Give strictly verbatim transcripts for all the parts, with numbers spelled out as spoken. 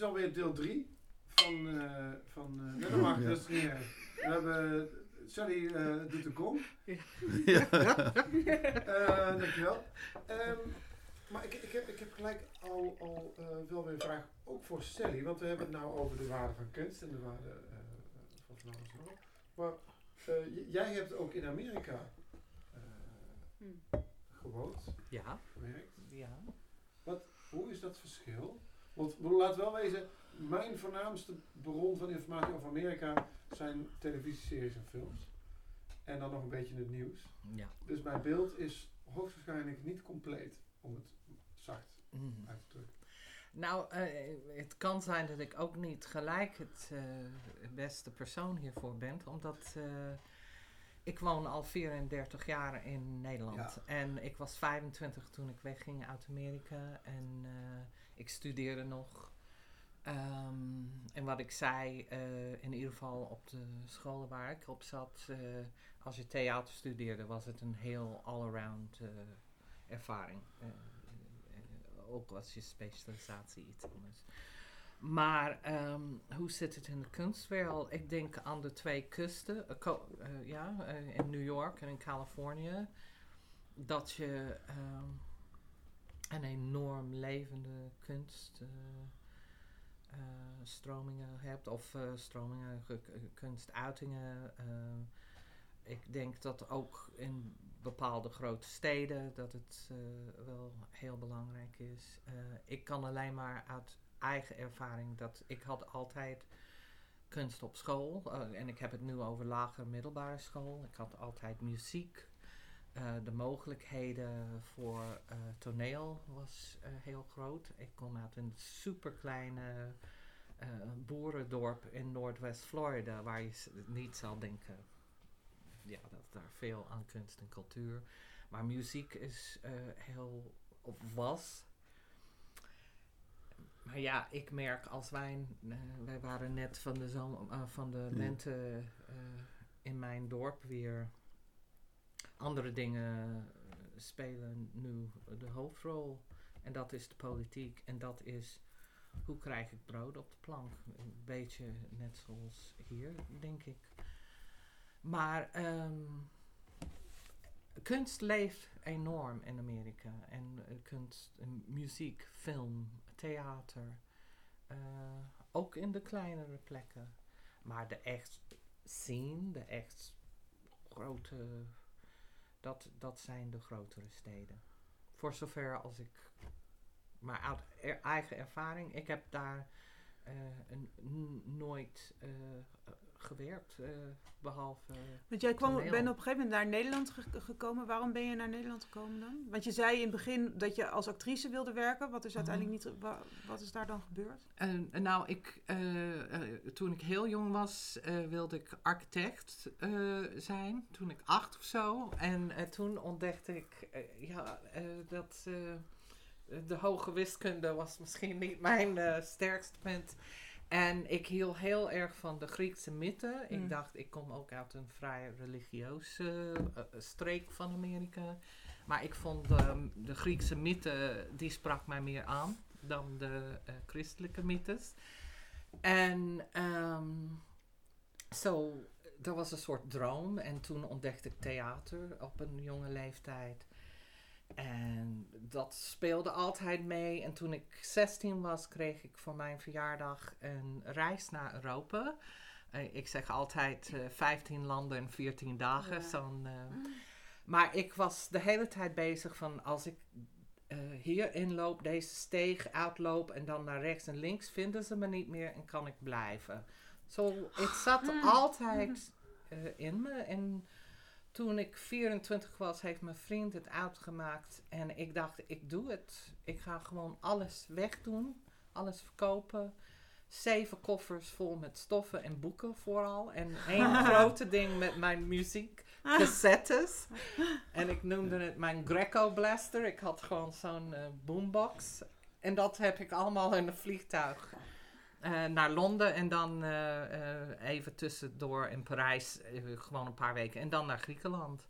alweer deel drie van, uh, van uh, nee, dat mag ja. dus niet erg. We hebben, Sally uh, doet de gong. Ja. uh, dankjewel. Um, maar ik, ik, heb, ik heb gelijk al, al uh, wel weer een vraag, ook voor Sally, want we hebben het nou over de waarde van kunst en de waarde uh, van van alles nog. Maar uh, j- jij hebt ook in Amerika uh, hmm. gewoond, ja. gewerkt. Ja. Wat, hoe is dat verschil? Want laat wel wezen, mijn voornaamste bron van informatie over Amerika zijn televisieseries en films. En dan nog een beetje het nieuws. Ja. Dus mijn beeld is hoogstwaarschijnlijk niet compleet, om het zacht mm. uit te drukken. Nou, uh, het kan zijn dat ik ook niet gelijk het uh, beste persoon hiervoor ben, omdat uh, ik woon al vierendertig jaar in Nederland. Ja. En ik was vijfentwintig toen ik wegging uit Amerika en uh, ik studeerde nog. Um, en wat ik zei, uh, in ieder geval op de scholen waar ik op zat, uh, als je theater studeerde, was het een heel all-around uh, ervaring. Uh, uh, ook als je specialisatie iets anders. Maar um, hoe zit het in de kunstwereld? Ik denk aan de twee kusten, uh, co- uh, ja, uh, in New York en in Californië, dat je um, een enorm levende kunst uh, Uh, stromingen hebt of uh, stromingen, ge- kunstuitingen. Uh, ik denk dat ook in bepaalde grote steden dat het uh, wel heel belangrijk is. Uh, ik kan alleen maar uit eigen ervaring dat ik had altijd kunst op school uh, en ik heb het nu over lagere middelbare school. Ik had altijd muziek. Uh, de mogelijkheden voor uh, toneel was uh, heel groot. Ik kom uit een superkleine uh, boerendorp in Noordwest Florida, waar je s- niet zal denken ja, dat daar veel aan kunst en cultuur. Maar muziek is uh, heel, of was. Maar ja, ik merk als wij, uh, wij waren net van de, zom- uh, van de Ja. lente uh, in mijn dorp weer. Andere dingen spelen nu de hoofdrol. En dat is de politiek. En dat is, hoe krijg ik brood op de plank? Een beetje net zoals hier, denk ik. Maar um, kunst leeft enorm in Amerika. En uh, kunst, uh, muziek, film, theater. Uh, ook in de kleinere plekken. Maar de echt scene, de echt grote... Dat, dat zijn de grotere steden. Voor zover als ik... Maar uit er, eigen ervaring... Ik heb daar uh, een, n- nooit uh, gewerkt. Uh, behalve Want jij kwam, toneel. ben op een gegeven moment naar Nederland ge- gekomen. Waarom ben je naar Nederland gekomen dan? Want je zei in het begin dat je als actrice wilde werken. Wat is uiteindelijk niet... Wa, wat is daar dan gebeurd? Uh, nou, ik, uh, uh, toen ik heel jong was, uh, wilde ik architect uh, zijn. Toen ik acht of zo. En uh, toen ontdekte ik uh, ja, uh, dat uh, de hoge wiskunde was misschien niet mijn uh, sterkste punt. En ik hield heel erg van de Griekse mythe. Mm. Ik dacht, ik kom ook uit een vrij religieuze uh, streek van Amerika. Maar ik vond de, de Griekse mythe, die sprak mij meer aan dan de uh, christelijke mythes. En um, zo, er was een soort droom. En toen ontdekte ik theater op een jonge leeftijd. En dat speelde altijd mee. En toen ik zestien was, kreeg ik voor mijn verjaardag een reis naar Europa. Uh, ik zeg altijd uh, vijftien landen en veertien dagen. Ja. Zo'n, uh, maar ik was de hele tijd bezig van als ik uh, hier inloop, deze steeg uitloop en dan naar rechts en links, vinden ze me niet meer en kan ik blijven. Zo, so, het zat altijd uh, in me. En toen ik vierentwintig was, heeft mijn vriend het uitgemaakt. En ik dacht, ik doe het. Ik ga gewoon alles wegdoen. Alles verkopen. Zeven koffers vol met stoffen en boeken vooral. En één grote ding met mijn muziek. Cassettes. En ik noemde het mijn Greco Blaster. Ik had gewoon zo'n uh, boombox. En dat heb ik allemaal in een vliegtuig. Uh, naar Londen en dan uh, uh, even tussendoor in Parijs, uh, gewoon een paar weken. En dan naar Griekenland.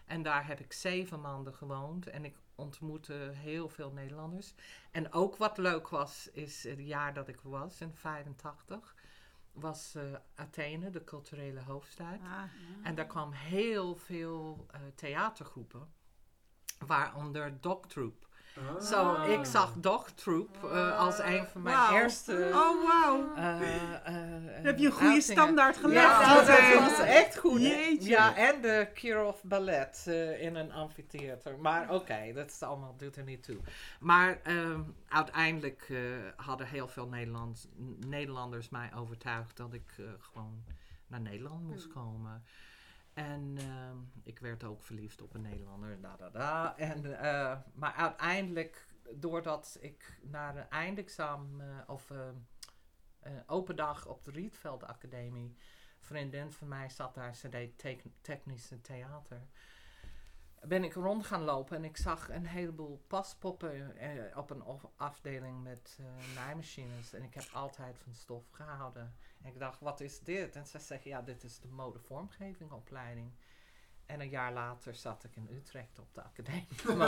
En daar heb ik zeven maanden gewoond. En ik ontmoette heel veel Nederlanders. En ook wat leuk was, is het jaar dat ik was, in vijfentachtig... was uh, Athene, de culturele hoofdstad. Ah. En daar kwam heel veel uh, theatergroepen. Waaronder Dog Troop. Ah. Zo, ik zag Dog Troop uh, als een van mijn Wow. eerste... Oh, wauw. Uh, uh, Dan heb je een goede uitingen. standaard gelegd. Ja, dat meteen. was echt goed. Jeetje. Ja, en de Kirov Ballet uh, in een amfitheater. Maar oké, okay, dat is allemaal, doet er niet toe. Maar um, uiteindelijk uh, hadden heel veel Nederlands, Nederlanders mij overtuigd dat ik uh, gewoon naar Nederland moest mm. komen. En uh, ik werd ook verliefd op een Nederlander. Da, da, da. En, uh, maar uiteindelijk, doordat ik naar een eindexamen uh, of uh, uh, open dag op de Rietveld Academie, een vriendin van mij zat daar, ze deed te- technische theater, ben ik rond gaan lopen en ik zag een heleboel paspoppen uh, op een of- afdeling met uh, naaimachines. En ik heb altijd van stof gehouden. En ik dacht, wat is dit? En ze zeggen, ja, dit is de modevormgevingopleiding. En een jaar later zat ik in Utrecht op de academie.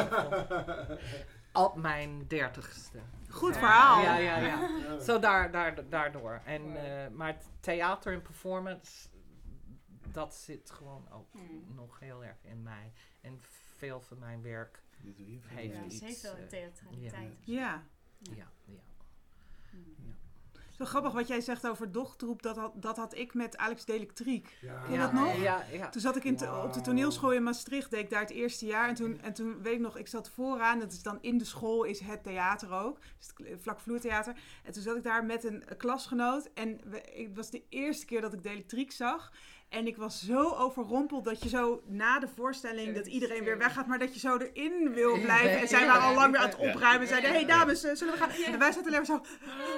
Op mijn dertigste. Goed Zo. verhaal. Ja, ja, ja. Zo daar, daar, daardoor. En, uh, maar theater en performance, dat zit gewoon ook mm. nog heel erg in mij. En veel van mijn werk Dit doe je heeft ja, iets. ze heeft wel een theatraliteit. Ja. Ja. Ja, ja. Mm. ja. Zo grappig wat jij zegt over Dochtroep, dat had, dat had ik met Alex Delectriek. Ja. Ken je dat nog? Ja, ja. Toen zat ik in te, Wow. op de toneelschool in Maastricht, deed ik daar het eerste jaar. En toen, en toen weet ik nog, ik zat vooraan, dat is dan in de school, is het theater ook. Dus het vlakvloertheater. En toen zat ik daar met een klasgenoot. En we, het was de eerste keer dat ik Delectriek zag. En ik was zo overrompeld dat je zo na de voorstelling, dat iedereen weer weggaat, maar dat je zo erin wil blijven. En zij waren al lang weer aan het opruimen en zeiden, hé hey, dames, zullen we gaan? En wij zaten alleen maar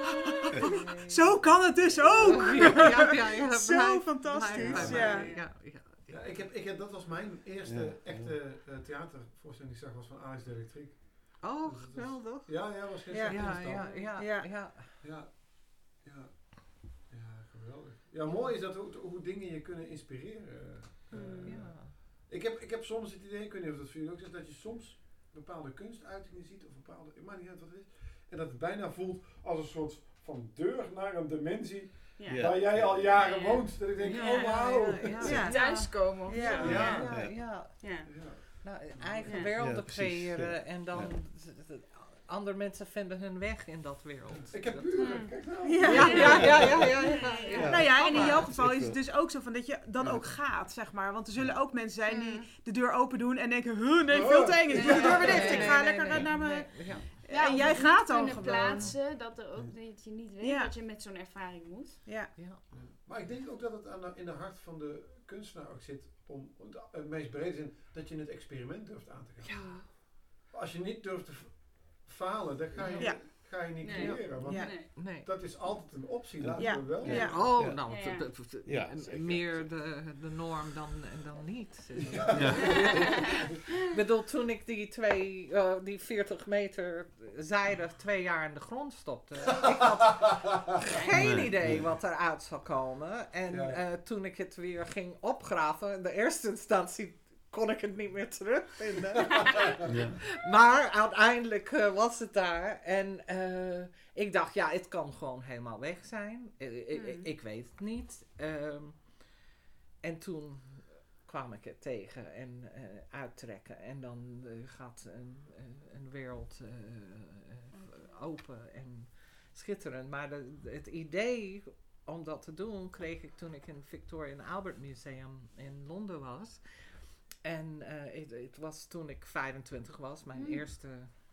zo, zo kan het dus ook! Ja, ja, ja, ja. Zo Blijf, fantastisch, blijf, ja. blijf, ja, ja. Ja, ik heb, ik heb, dat was mijn eerste Ja. echte uh, theatervoorstelling die ik zag, was van Alex Delectriek. Oh, Dus dat is- geweldig. Ja, ja, was geen Ja. slechte Ja, instap. ja, ja, Ja. ja. Ja, ja, ja, geweldig. Ja, mooi is dat hoe, hoe dingen je kunnen inspireren. Uh, Mm. Ja. ik, heb, ik heb soms het idee, ik weet niet of dat voor jullie ook is, dat je soms bepaalde kunstuitingen ziet, of bepaalde, ik maakt niet uit wat het is, en dat het bijna voelt als een soort van deur naar een dimensie Ja. Ja. waar jij al jaren Ja. woont. Dat ik denk, Ja, oh wauw. ja, ja. Ja. Thuiskomen of Ja. zo. Ja. Ja, ja. Ja. Ja. Nou, eigen Ja. werelden Ja, precies, creëren ja. en dan Ja. z- z- andere mensen vinden hun weg in dat wereld. Ik heb Dat- buren, Mm. kijk nou. Ja. Ja, ja, ja, ja, ja, ja, Ja. Nou ja, en in jouw dat geval is is echt het dus ook zo van dat je dan Ja. ook gaat, zeg maar. Want er zullen ook mensen zijn die Mm. de deur open doen en denken, huh, nee, veel te eng, ik doe de deur weer dicht, ik ga lekker naar mijn... Nee, ja. Ja, en of jij het gaat niet dan kunnen gewoon. plaatsen, dat, er ook, dat je niet weet Ja. dat je met zo'n ervaring moet. Ja. Ja. Maar ik denk ook dat het aan de, in de hart van de kunstenaar ook zit, om, om de, het meest brede zin, dat je het experiment durft aan te gaan. Als je niet durft te f- falen, dan ga je, Ja. ga je niet Nee. creëren. Want Ja. Nee. Nee. dat is altijd een optie, laten Ja. we wel. Ja. Oh, Ja. nou, Ja. d- d- d- Ja, m- zeker. meer de, de norm dan, dan niet. Ja. Ik bedoel, toen ik die, twee, eh, die veertig meter zijde twee jaar in de grond stopte, ik had geen Nee. idee wat eruit zou komen. En Ja. eh, toen ik het weer ging opgraven, in de eerste instantie kon ik het niet meer terugvinden. Ja. Maar uiteindelijk eh, was het daar. En eh, ik dacht, ja, het kan gewoon helemaal weg zijn. I- I- Hmm. Ik weet het niet. Ehm, en toen kwam ik het tegen en eh, uittrekken. En dan eh, gaat een, een- een wereld eh, eh, open en schitterend. Maar de, het idee om dat te doen kreeg ik toen ik in het Victoria and Albert Museum in Londen was. En eh, het, het was toen ik vijfentwintig was, mijn Mm. eerste,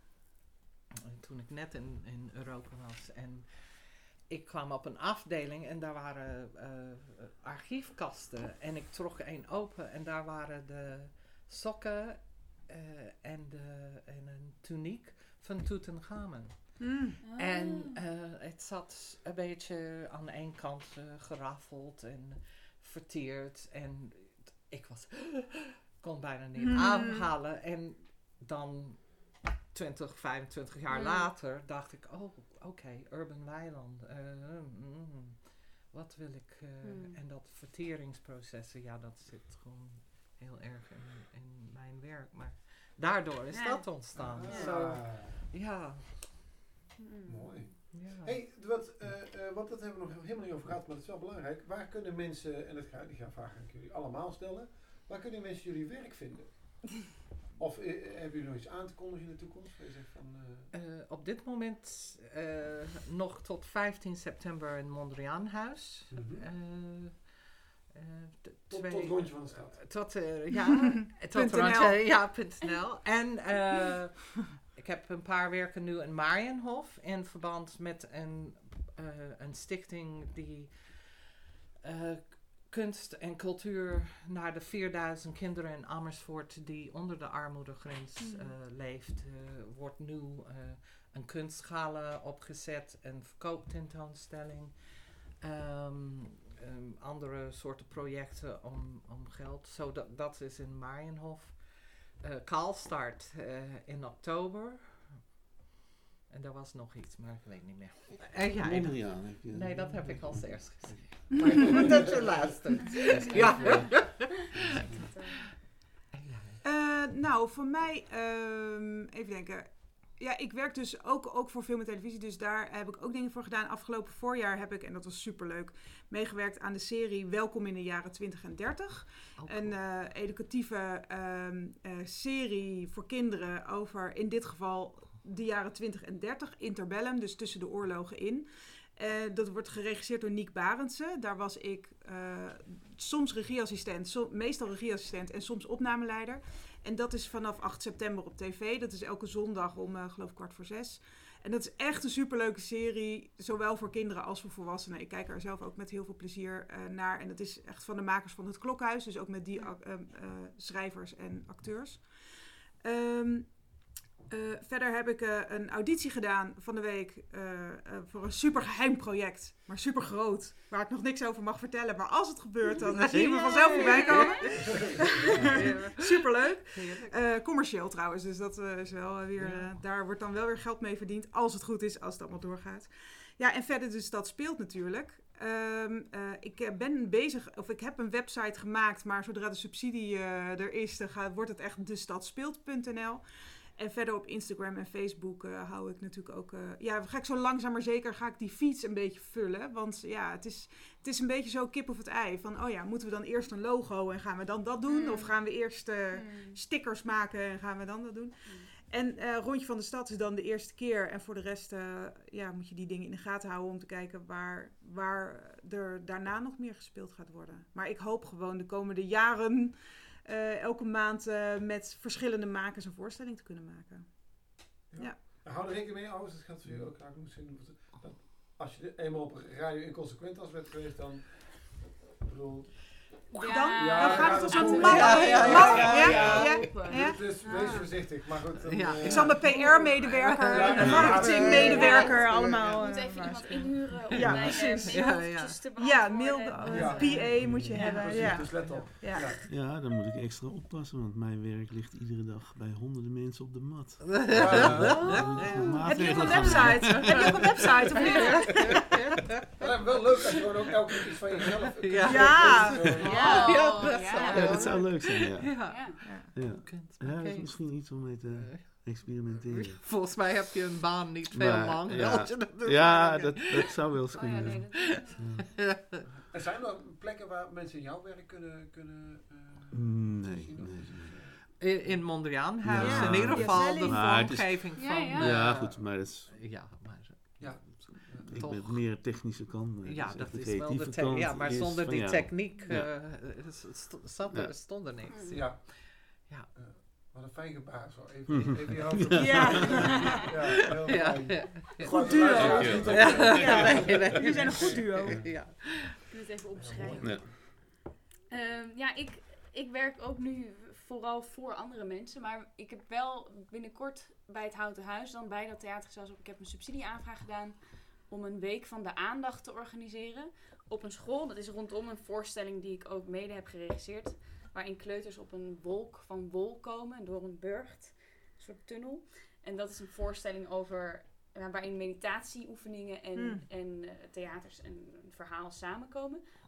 eh, toen ik net in, in Europa was. En ik kwam op een afdeling en daar waren eh, archiefkasten. En ik trok één open en daar waren de sokken eh, en, de, en een tuniek van Tutankhamen. Mm. En eh, het zat een beetje aan de ene kant eh, geraffeld en verteerd. En ik was, kon bijna niet Hmm. aanhalen. En dan twintig, vijfentwintig jaar Hmm. later dacht ik, oh, oké, okay, Urban Weiland. eh, mm, wat wil ik? eh, Hmm. En dat verteringsprocessen, ja, dat zit gewoon heel erg in, in mijn werk. Maar daardoor is Ja. dat ontstaan. Ah. Zo, ja. Mm. Mooi. ja. Hey, wat, uh, uh, want dat hebben we nog helemaal niet over gehad, maar dat is wel belangrijk. Waar kunnen mensen, en dat ga, die gaan vragen aan jullie allemaal stellen, waar kunnen mensen jullie werk vinden? Of uh, hebben jullie nog iets aan te kondigen in de toekomst? Waar je zegt van, uh... Uh, op dit moment uh, nog tot vijftien september in Mondriaanhuis. Mm-hmm. Uh, uh, t- tot, twee, tot rondje van de stad. Uh, tot, uh, ja, tot rondje, ja, punt N L. En uh, ik heb een paar werken nu in Marienhof in verband met een, uh, een stichting die uh, kunst en cultuur naar de vierduizend kinderen in Amersfoort die onder de armoedegrens uh, leeft. Uh, wordt nu uh, een kunstgala opgezet, een verkooptentoonstelling, um, um, andere soorten projecten om, om geld. Zo dat, dat is in Marienhof. Uh, Kaalstart uh, in oktober. En daar was nog iets, maar ik weet niet meer. Uh, ja, Mondriaan heb je. Nee, dat heb ik als eerst gezien. Maar dat je luistert. Ja. Uh, nou, voor mij, um, even denken. Ja, ik werk dus ook, ook voor film en televisie. Dus daar heb ik ook dingen voor gedaan. Afgelopen voorjaar heb ik, en dat was superleuk, meegewerkt aan de serie Welkom in de jaren twintig en dertig. Oh, cool. Een uh, educatieve um, uh, serie voor kinderen over, in dit geval, de jaren twintig en dertig. Interbellum, dus tussen de oorlogen in. Uh, dat wordt geregisseerd door Niek Barendse. Daar was ik uh, soms regieassistent, so, meestal regieassistent en soms opnameleider. En dat is vanaf acht september op tv. Dat is elke zondag om, uh, geloof ik, kwart voor zes. En dat is echt een superleuke serie, zowel voor kinderen als voor volwassenen. Ik kijk er zelf ook met heel veel plezier uh, naar. En dat is echt van de makers van Het Klokhuis. Dus ook met die uh, uh, schrijvers en acteurs. Um, Uh, verder heb ik uh, een auditie gedaan van de week uh, uh, voor een supergeheim project. Maar super groot, waar ik nog niks over mag vertellen. Maar als het gebeurt, dan zie je me vanzelf voorbij komen. Superleuk. Uh, commercieel trouwens, dus dat uh, is wel weer, uh, daar wordt dan wel weer geld mee verdiend. Als het goed is, als het allemaal doorgaat. Ja, en verder dus Dat Speelt natuurlijk. Um, uh, ik ben bezig, of ik heb een website gemaakt, maar zodra de subsidie uh, er is, dan gaat, wordt het echt de stad speelt punt n l. En verder op Instagram en Facebook uh, hou ik natuurlijk ook... Uh, ja, ga ik zo langzaam maar zeker ga ik die feeds een beetje vullen. Want ja, het is, het is een beetje zo kip of het ei. Van, oh ja, moeten we dan eerst een logo en gaan we dan dat doen? Mm. Of gaan we eerst uh, mm. stickers maken en gaan we dan dat doen? Mm. En uh, Rondje van de Stad is dan de eerste keer. En voor de rest uh, ja, moet je die dingen in de gaten houden om te kijken waar, waar er daarna nog meer gespeeld gaat worden. Maar ik hoop gewoon de komende jaren... Uh, elke maand uh, met verschillende makers een voorstelling te kunnen maken. Ja. Ja. Nou, hou er rekening mee, ouders, dat gaat voor jullie ook graag moeten zien. Dat als je eenmaal op radio inconsequent als werd geweest, dan... Ik bedoel... Ja, dan, ja, dan gaat het als een ja, man. ja, Ja, ja, ja, ja, ja, ja. ja. Dus wees voorzichtig, maar goed. Dan, Ja. uh, Ik zal mijn P R-medewerker, Ja, en ja, marketingmedewerker ja, ja. allemaal... Je moet even iemand inhuren om Ja, mijn precies. uh, Ja, mailtjes ja. te Ja, beantwoorden. mail, uh, Ja. P A moet je Ja, hebben. precies, Ja. dus let op. Ja. Ja. Ja, dan moet ik extra oppassen, want mijn werk ligt iedere dag bij honderden mensen op de mat. Ja. Dan moet ik nog Heb je ook maatregelen een gaan website? Heb je ook een website of niet? Maar dat is wel leuk als je gewoon ook elke keer iets van jezelf kunt Ja. Ja. doen. Ja, Ja, dat ja. zou- doen. Ja, dat zou leuk zijn, ja. Ja. Ja. Ja, Kunt, ja dat is oké. misschien iets om mee te experimenteren. Volgens mij heb je een baan niet veel Maar, lang. ja. als je dat doet. Ja, dat, dat zou wel eens Oh ja, kunnen. nee, dat Ja. En zijn er plekken waar mensen jouw werk kunnen... kunnen uh, Mm, Nee, zien of nee. is het, uh, In, in Mondriaanhuis, Ja. in ieder Ja, geval Sally. de Maar het is- vormgeving Ja, van... ja. eh, Ja, goed, maar dat is, Ja, maar... Ja. ik Toch. ben meer de technische kant. Maar Ja, dus dat echt de is wel de creatieve te- kant Ja, maar is zonder van die jou. techniek Ja. uh, st- st- zat er, Ja. stond er niks. Ja. Ja. Uh, wat een fijn gebaar zo. Even, even je hoofd op. Ja. Ja, heel Ja, fijn. ja, ja. Goed duo. Ja. Ja, ja, nee, nee. Jullie zijn een goed duo. Ja. Ik wil het even opschrijven. Ja. Ehm, ja, ik, ik werk ook nu vooral voor andere mensen. Maar ik heb wel binnenkort bij het Houten Huis, dan bij dat theatergezelschap, ik heb een subsidieaanvraag gedaan om een week van de aandacht te organiseren op een school. Dat is rondom een voorstelling die ik ook mede heb geregisseerd. Waarin kleuters op een wolk van wol komen door een burcht, een soort tunnel. En dat is een voorstelling over, uh, waarin meditatieoefeningen en, Mm. en uh, theaters en een verhaal samenkomen.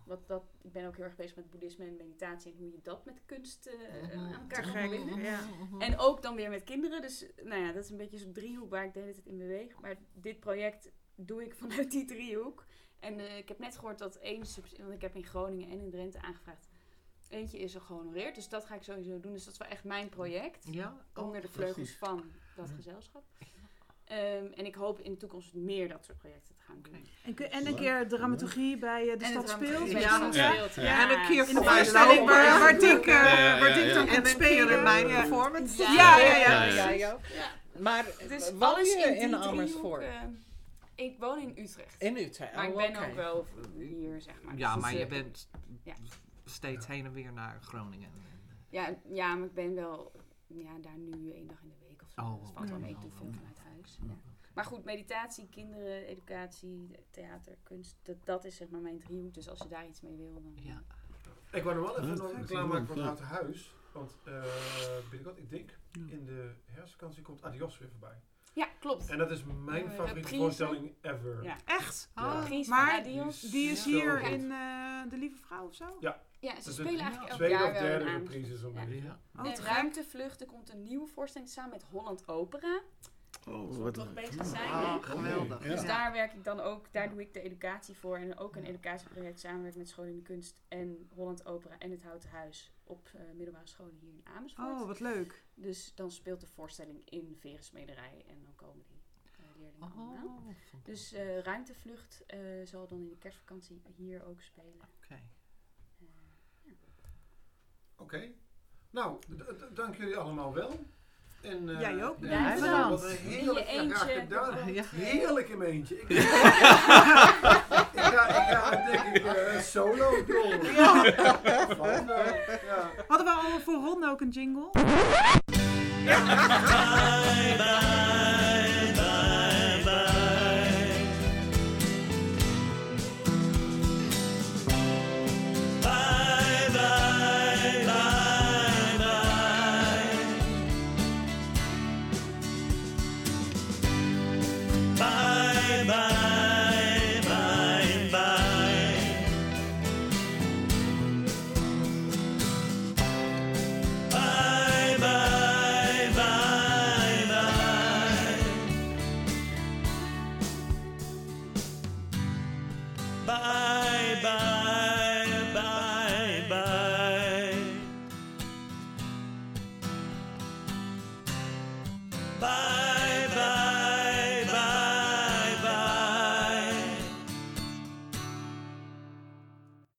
wat dat, ik ben ook heel erg bezig met boeddhisme en meditatie en hoe je dat met kunst uh, Mhm. aan elkaar Te kan gek, verbinden. ja. En ook dan weer met kinderen. Dus nou ja, dat is een beetje zo'n driehoek waar ik de hele tijd in beweeg. Maar dit project doe ik vanuit die driehoek. En uh, ik heb net gehoord dat één subsidie, want ik heb in Groningen en in Drenthe aangevraagd. Eentje is er gehonoreerd, dus dat ga ik sowieso doen. Dus dat is wel echt mijn project. Ja, Onder de oh, vleugels precies. van dat gezelschap. Um, en ik hoop in de toekomst meer dat soort projecten te gaan doen. Oké. En, kun- en een keer dramaturgie bij uh, de En stad het speelt. dramaturgie weet bij je de nog, stad hè? speelt, Ja. En een keer In de voor voorstelling mij waar, lopen. waar Dick, uh, Ja, ja, waar ja, Dick ja. dan En komt een keer spelen. in mijn Ja. performance. Ja, ja, ja, ja. ja. ja. Ja. Maar Dus woon alles je in, die in driehoek, Amersfoort? uh, ik woon in Utrecht. In Utrecht, Maar ik oh, ben oké. ook wel hier, zeg maar. Ja, Dus, maar uh, je bent ja. steeds heen en weer naar Groningen. Ja, ja, maar ik ben wel ja, daar nu één dag in de week of zo. Oh, Dus valt wel oké. mee, ik doe veel Oh, vanuit huis. Ja. Maar goed, meditatie, kinderen, educatie, theater, kunst, dat, dat is zeg maar mijn driehoek. Dus als je daar iets mee wil, dan... Ja. Ik wou nog wel even Ja, nog dat is klaarmaken voor wel, het ja. Houten Huis. Want uh, binnenkort, ik denk, in de herfstvakantie komt Adios weer voorbij. Ja, klopt. En dat is mijn Uh, favoriete reprise. voorstelling ever. Ja. Echt? Ja. Pries Maar van Adios. Die is Zo hier goed. in uh, De Lieve Vrouw of zo? Ja, ze Dat is spelen een eigenlijk elk tweede jaar of wel derde een reprise zo'n Ja. beetje. Ja. Oh, En te gek. Ruimtevlucht, er komt een nieuwe voorstelling samen met Holland Opera. Oh, Als we wat toch leuk. bezig zijn. Ah, hè? geweldig. Ja. Dus Ja. daar werk ik dan ook, daar doe ik de educatie voor. En ook een educatieproject samenwerken met School in de Kunst en Holland Opera en het Houten Huis op uh, middelbare scholen hier in Amersfoort. Oh, wat leuk. Dus dan speelt de voorstelling in Verensmederij en dan komen die uh, leerlingen allemaal. Oh, Dus uh, Ruimtevlucht uh, zal dan in de kerstvakantie hier ook spelen. oké. Uh, Oké. Nou, d- d- dank jullie allemaal wel. En, uh, Jij ook. en Jij bedankt. Wat een heerlijk In je ja, graag eentje. gedaan. Ja. Heerlijk in mijn eentje. Ik, ik, ga, ik ga denk ik uh, solo doen. Ja. Valt wel. Ja. Hadden we al voor Ron ook een jingle? Ja.